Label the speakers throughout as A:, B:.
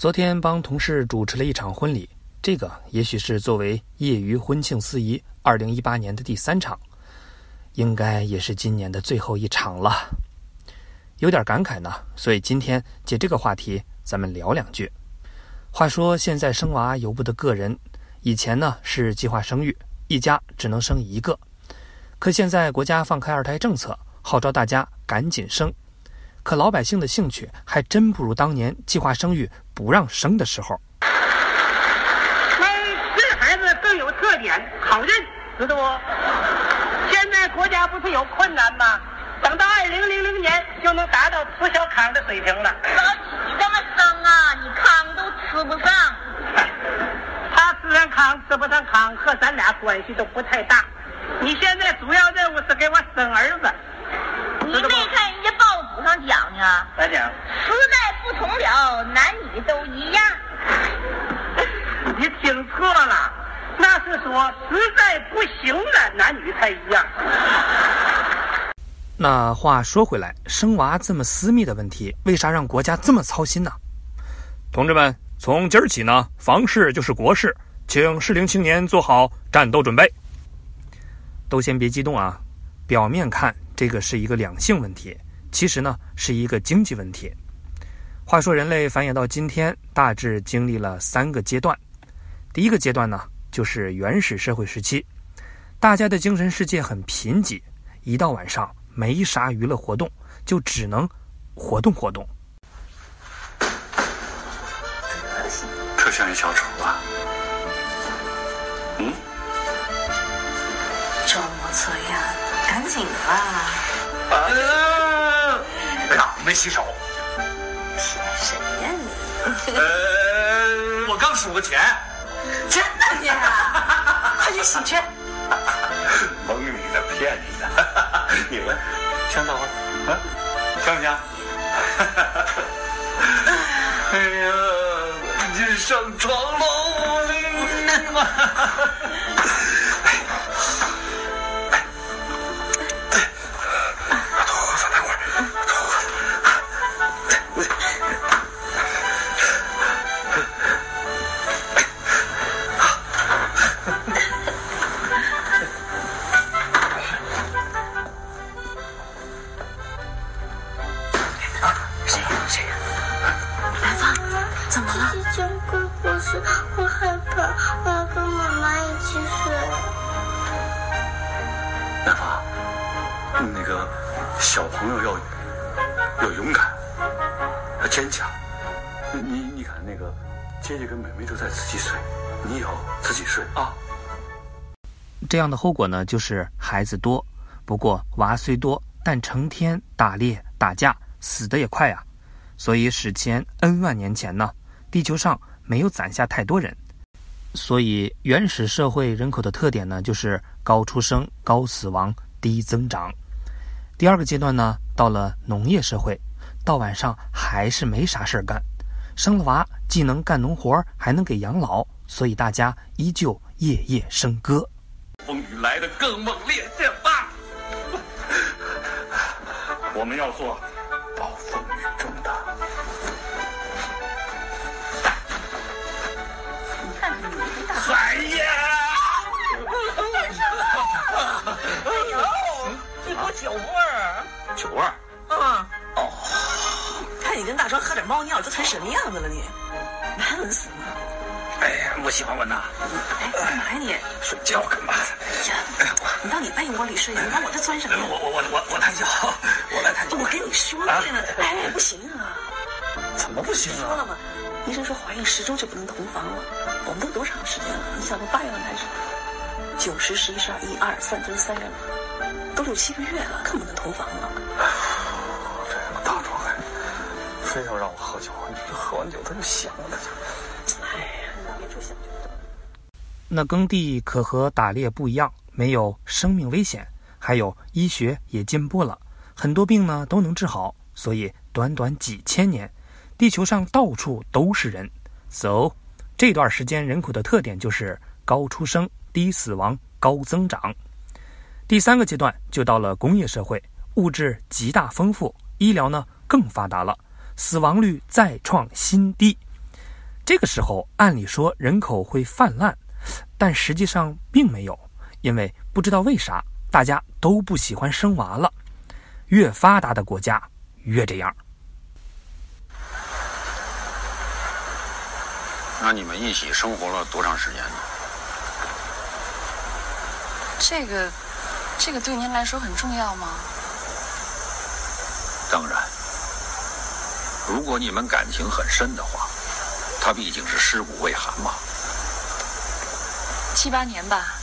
A: 昨天帮同事主持了一场婚礼，这个也许是作为业余婚庆司仪2018年的第3场，应该也是今年的最后一场了。有点感慨呢，所以今天借这个话题咱们聊两句。话说现在生娃由不得个人，以前呢是计划生育，一家只能生一个，可现在国家放开2胎政策，号召大家赶紧生，可老百姓的兴趣还真不如当年计划生育不让生的时候。
B: 这孩子更有特点，好认，知道不？现在国家不是有困难吗？等到2000年就能达到吃小康的水平了。
C: 老几这么生啊，你糠都吃不上。
B: 他吃上糠吃不上糠和咱俩关系都不太大。你现在主要任务是给我生儿子。
C: 你没看人家报纸上讲呢？
B: 咋讲？
C: 时代不同了，男女都一样。
B: 你听错了，那是说实在不行了，男女才一样。
A: 那话说回来，生娃这么私密的问题，为啥让国家这么操心呢？同志们，从今儿起呢，房事就是国事，请适龄青年做好战斗准备。都先别激动啊，表面看这个是一个两性问题，其实呢是一个经济问题。话说人类繁衍到今天，大致经历了3个阶段。第一个阶段呢，就是原始社会时期，大家的精神世界很贫瘠，一到晚上没啥娱乐活动，就只能活动活动。
D: 这像一小丑吧？
E: 周末作业赶紧吧。
D: 哎呀，没洗手。
E: 骗谁呀你？
D: 我刚数个钱。
E: 真的呀？快去洗去。
D: 蒙你的，骗你的。你们香枣啊？香不香？哎呀，你上床喽！
F: 我害怕，我要跟妈妈一起睡。
D: 南方，那个小朋友要勇敢，要坚强。你看那个姐姐跟妹妹都在自己睡，你也要自己睡啊。
A: 这样的后果呢，就是孩子多，不过娃虽多，但成天打猎打架，死的也快啊。所以史前 N 万年前呢，地球上没有攒下太多人，所以原始社会人口的特点呢，就是高出生、高死亡、低增长。第2个阶段呢，到了农业社会，到晚上还是没啥事干，生了娃既能干农活，还能给养老，所以大家依旧夜夜笙歌。
D: 风雨来得更猛烈些吧！我们要做暴风雨中的。哎呀！
E: 哎呦，一股酒味儿。
D: 酒味儿？哦。
E: 看你跟大壮喝点猫尿，都成什么样子了你？难闻死了。
D: 哎呀，我喜欢闻呐。
E: 哎，干嘛呀你？
D: 睡觉干嘛？
E: 呀，你到你被窝里睡，你往我这钻什么呀？
D: 我探脚，我来探脚。
E: 我跟你说了呢，哎，不行啊。
D: 怎么不行啊？
E: 说了嘛，医生说怀孕10周就不能同房了。我们都多长时间了？你想从8月份开始，9、10、11、12、1、2、3就是3月了，都6、7个月了，更不能同房了。
D: 这个大壮还非要让我喝酒，你这喝完酒他就想了。
E: 哎呀，你别出想。
A: 那耕地可和打猎不一样，没有生命危险，还有医学也进步了，很多病呢都能治好，所以短短几千年，地球上到处都是人。So， 这段时间人口的特点就是高出生、低死亡、高增长。第3个阶段就到了工业社会，物质极大丰富，医疗呢更发达了，死亡率再创新低。 这个时候按理说人口会泛滥，但实际上并没有，因为不知道为啥大家都不喜欢生娃了。越发达的国家越这样。
G: 那你们一起生活了多长时间呢？
E: 这个对您来说很重要吗？
G: 当然，如果你们感情很深的话，他毕竟是尸骨未寒嘛。
E: 7、8年吧。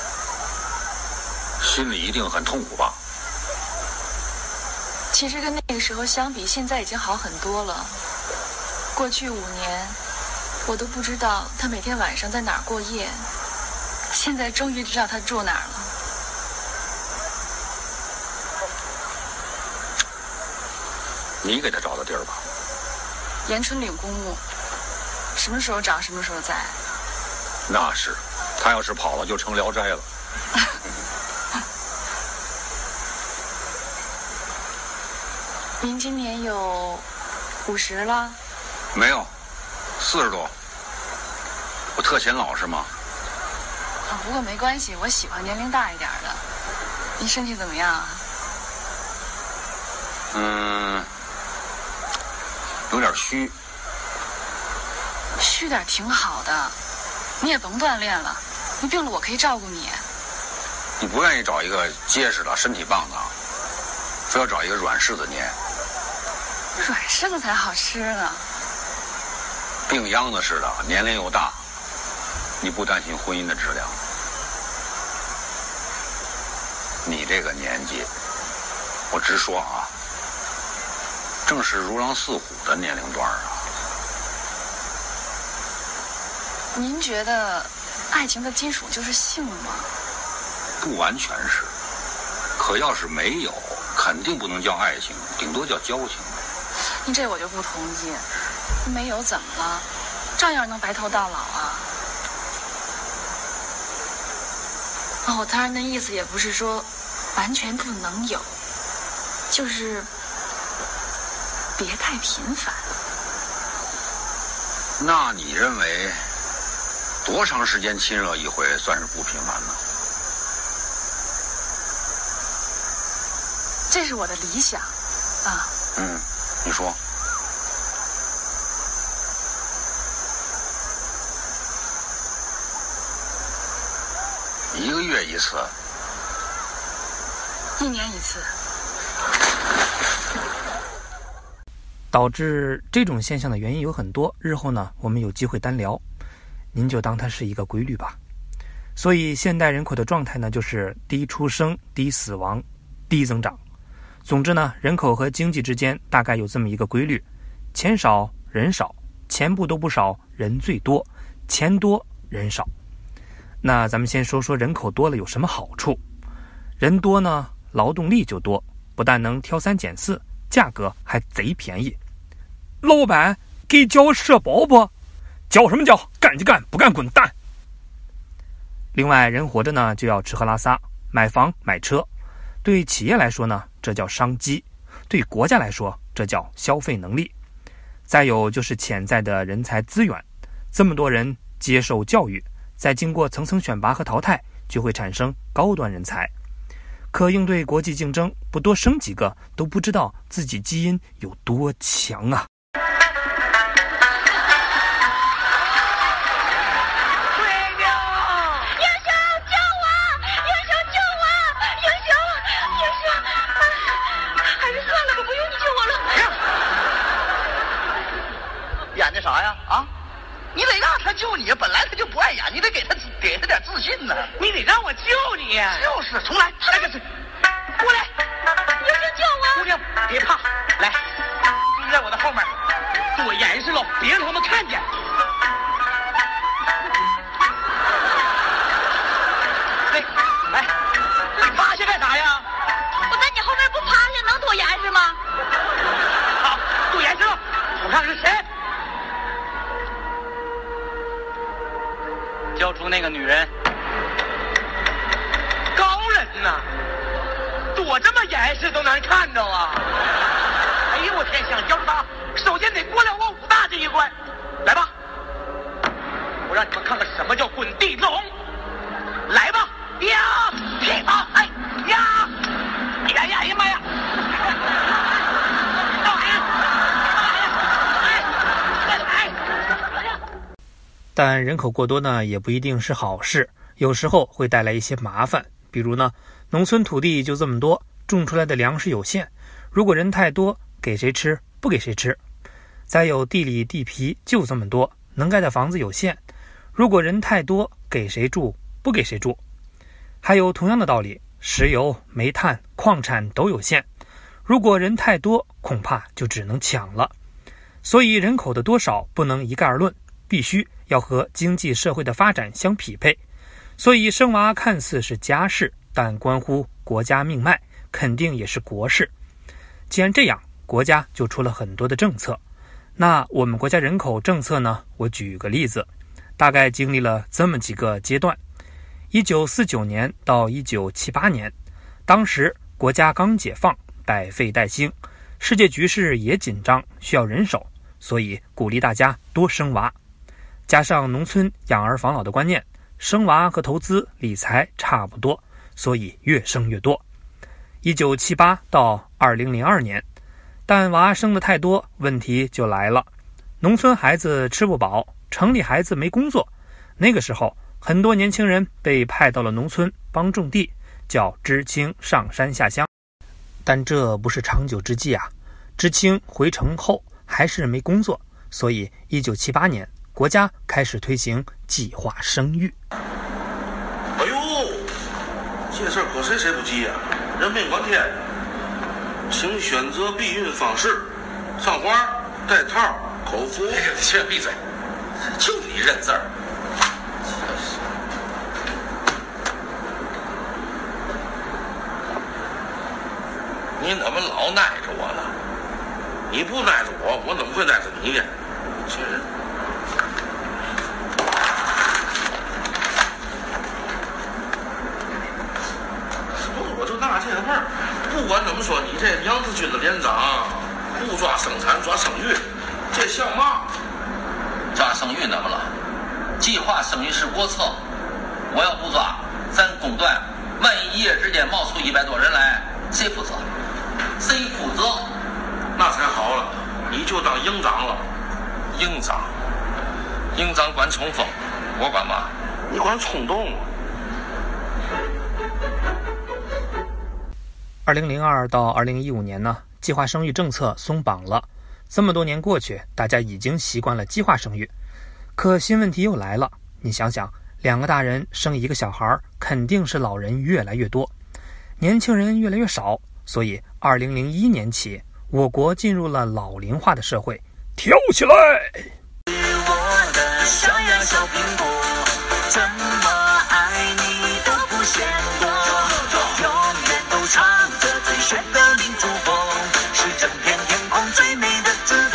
G: 心里一定很痛苦吧？
E: 其实跟那个时候相比，现在已经好很多了。过去5年，我都不知道他每天晚上在哪儿过夜，现在终于知道他住哪儿了。
G: 你给他找的地儿吧。
E: 延春岭公墓，什么时候找什么时候在。
G: 那是，他要是跑了就成聊斋了。
E: 您今年有50了？
G: 没有，40多。我特显老实吗？
E: 不过没关系，我喜欢年龄大一点的。您身体怎么样啊？
G: 有点虚。
E: 虚点挺好的，你也甭锻炼了。你病了，我可以照顾你。
G: 你不愿意找一个结实的、身体棒的，非要找一个软柿子捏。
E: 软柿子才好吃呢。
G: 病秧子似的，年龄又大，你不担心婚姻的质量？你这个年纪，我直说啊，正是如狼似虎的年龄段啊。
E: 您觉得爱情的基础就是性吗？
G: 不完全是，可要是没有，肯定不能叫爱情，顶多叫交情。
E: 您这我就不同意。没有怎么了？照样能白头到老啊。哦，当然那意思也不是说完全不能有，就是别太频繁。
G: 那你认为多长时间亲热一回算是不频繁呢？
E: 这是我的理想啊。
G: 你说。1个月一次
E: ？1年1次。
A: 导致这种现象的原因有很多，日后呢我们有机会单聊，您就当它是一个规律吧。所以现代人口的状态呢，就是低出生、低死亡、低增长。总之呢，人口和经济之间大概有这么一个规律：钱少人少，钱不都不少，人最多；钱多人少。那咱们先说说人口多了有什么好处。人多呢，劳动力就多，不但能挑3拣4，价格还贼便宜。老板，给交社保不？交什么交？干就干，不干滚蛋。另外，人活着呢就要吃喝拉撒，买房买车。对企业来说呢，这叫商机；对国家来说，这叫消费能力。再有就是潜在的人才资源，这么多人接受教育，再经过层层选拔和淘汰，就会产生高端人才。可应对国际竞争，不多生几个都不知道自己基因有多强啊！
B: 演的啥呀？啊，你得让他救你，本来他就不爱演，你得给他点自信呢。你得让我救你呀！就是重来，来个过来，
C: 英雄救我！
B: 姑娘别怕，来，跟在我的后面，做严实喽，别让他们看见。对，来，你趴下干啥呀？
C: 我在你后面不趴下能躲严实吗？
B: 好，做严实了，我看是谁。交出那个女人，高人呐，躲这么严实都能看着啊！哎呦我天，想交出她，首先得过了我武大这一关。来吧， 我们看看什么叫滚地龙。来吧，呀，劈吧，哎呀，哎呀呀妈呀！
A: 但人口过多呢，也不一定是好事，有时候会带来一些麻烦。比如呢，农村土地就这么多，种出来的粮食有限，如果人太多，给谁吃不给谁吃。再有地里地皮就这么多，能盖的房子有限，如果人太多，给谁住不给谁住。还有同样的道理，石油、煤炭、矿产都有限，如果人太多，恐怕就只能抢了。所以人口的多少不能一概而论，必须要和经济社会的发展相匹配。所以生娃看似是家事，但关乎国家命脉，肯定也是国事。既然这样，国家就出了很多的政策。那我们国家人口政策呢？我举个例子，大概经历了这么几个阶段。1949年到1978年，当时国家刚解放，百废待兴，世界局势也紧张，需要人手，所以鼓励大家多生娃。加上农村养儿防老的观念，生娃和投资理财差不多，所以越生越多。1978到2002年，但娃生得太多，问题就来了。农村孩子吃不饱，城里孩子没工作。那个时候，很多年轻人被派到了农村帮种地，叫知青上山下乡。但这不是长久之计啊！知青回城后还是没工作，所以1978年，国家开始推行计划生育。
H: 哎呦，这事儿可谁不急呀？人命关天。请选择避孕方式：上环、带套、口服。
G: 先闭嘴！就你认字儿。
H: 你怎么老耐着我了？你不耐着我，我怎么会耐着你呢？这人。我就纳这个闷儿，不管怎么说，你这杨子军的连长不抓生产抓生育，这像嘛？
G: 抓生育怎么了？计划生育是国策，我要不抓，咱公断，万一一夜之间冒出100多人来，谁负责？谁负责？
H: 那才好了，你就当营长了。
G: 营长？营长管冲锋，我管嘛？
H: 你管冲动。
A: 2002到2015年呢，计划生育政策松绑了。这么多年过去，大家已经习惯了计划生育。可新问题又来了，你想想，2个大人生1个小孩，肯定是老人越来越多，年轻人越来越少。所以2001年起，我国进入了老龄化的社会。跳起来！
I: 我的小呀小苹果，怎么爱你都不嫌多，永远都唱着最炫的民族风，是整片天空最美的姿态。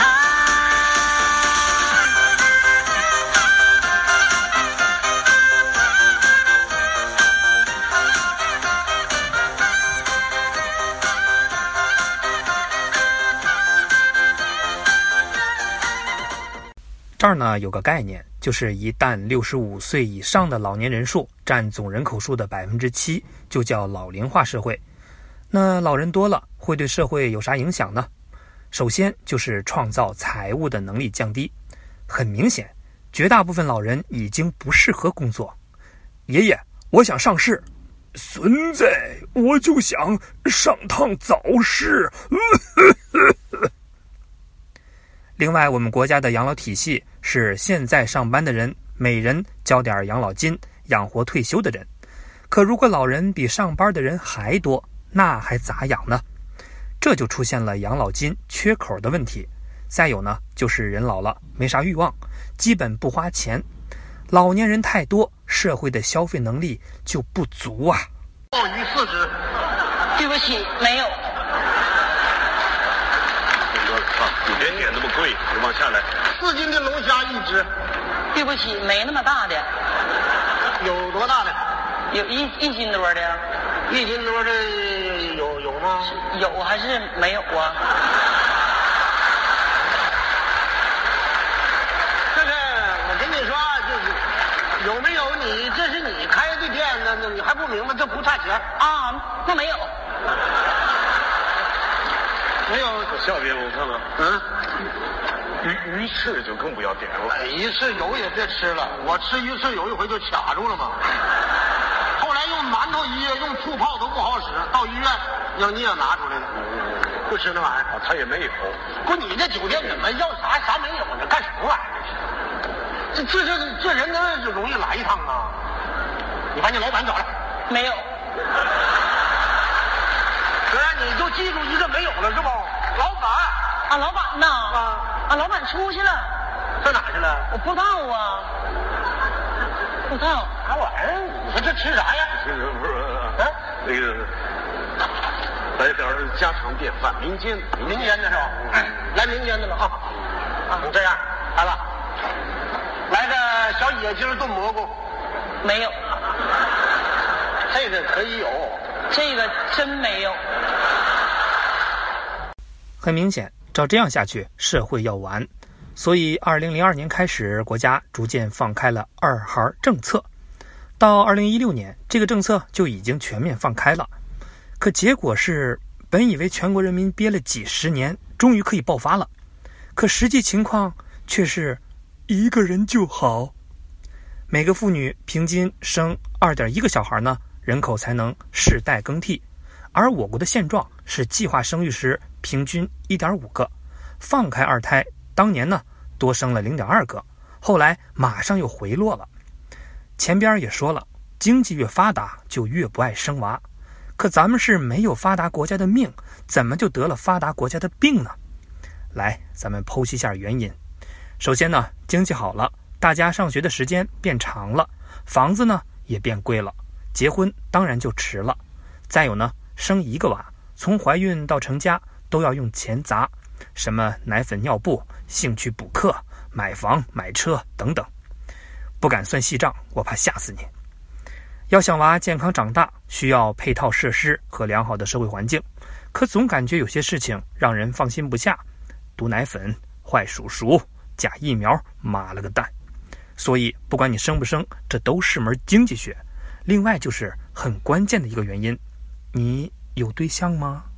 A: 这儿呢有个概念，就是一旦65岁以上的老年人数占总人口数的7%，就叫老龄化社会。那老人多了，会对社会有啥影响呢？首先就是创造财物的能力降低。很明显，绝大部分老人已经不适合工作。爷爷，我想上市。孙子，我就想上趟早市。另外，我们国家的养老体系是现在上班的人每人交点养老金，养活退休的人。可如果老人比上班的人还多，那还咋养呢？这就出现了养老金缺口的问题。再有呢，就是人老了没啥欲望，基本不花钱。老年人太多，社会的消费能力就不足啊。
B: 鲍鱼4只。对不起，没有。
H: 你别点那么贵，你往下来。
B: 4斤的龙虾1只。对不起，没那么大的。有多大的？有一斤多的。1斤多的有吗？有还是没有啊？这个我跟你说，就是
J: 还不明白，这不差钱
B: 啊？那没有，
J: 没有。
H: 下边我看看，鱼翅就更不要点了。
J: 鱼翅油也别吃了，我吃鱼翅有一回就卡住了嘛。后来用馒头医用醋泡都不好使，到医院让你也拿出来了，不吃那玩意儿。
H: 他也没有。
J: 不，你这酒店怎么要啥没有呢？干什么玩意儿？这人那就容易来一趟啊！你把你老板找来。
B: 没有。
J: 哥，你就记住一个没有了是不？老板。
B: 啊，老板呐。啊，老板出去了。
J: 上哪去了？
B: 我不知道啊。不知道。
J: 啥玩意儿？你说这吃啥呀？
H: 不是，那个来点家常便饭，民间
J: 的是吧？来民间的了啊！你这样，孩子，来个小野鸡炖蘑菇。
B: 没有。
J: 这个可以有。
B: 这个真没有。
A: 很明显，照这样下去，社会要完。所以2002年开始，国家逐渐放开了2孩政策。到2016年，这个政策就已经全面放开了。可结果是，本以为全国人民憋了几十年，终于可以爆发了。可实际情况却是1个人就好。每个妇女平均生2.1个小孩呢，人口才能世代更替。而我国的现状是计划生育时平均1.5个，放开2胎，当年呢多生了0.2个，后来马上又回落了。前边也说了，经济越发达就越不爱生娃，可咱们是没有发达国家的命，怎么就得了发达国家的病呢？来，咱们剖析一下原因。首先呢，经济好了，大家上学的时间变长了，房子呢也变贵了，结婚当然就迟了。再有呢，生1个娃，从怀孕到成家都要用钱砸，什么奶粉尿布、兴趣补课、买房买车等等，不敢算细账，我怕吓死你。要想娃健康长大，需要配套设施和良好的社会环境，可总感觉有些事情让人放心不下，毒奶粉、坏叔叔、假疫苗，妈了个蛋。所以不管你生不生，这都是门经济学。另外就是很关键的一个原因，你有对象吗？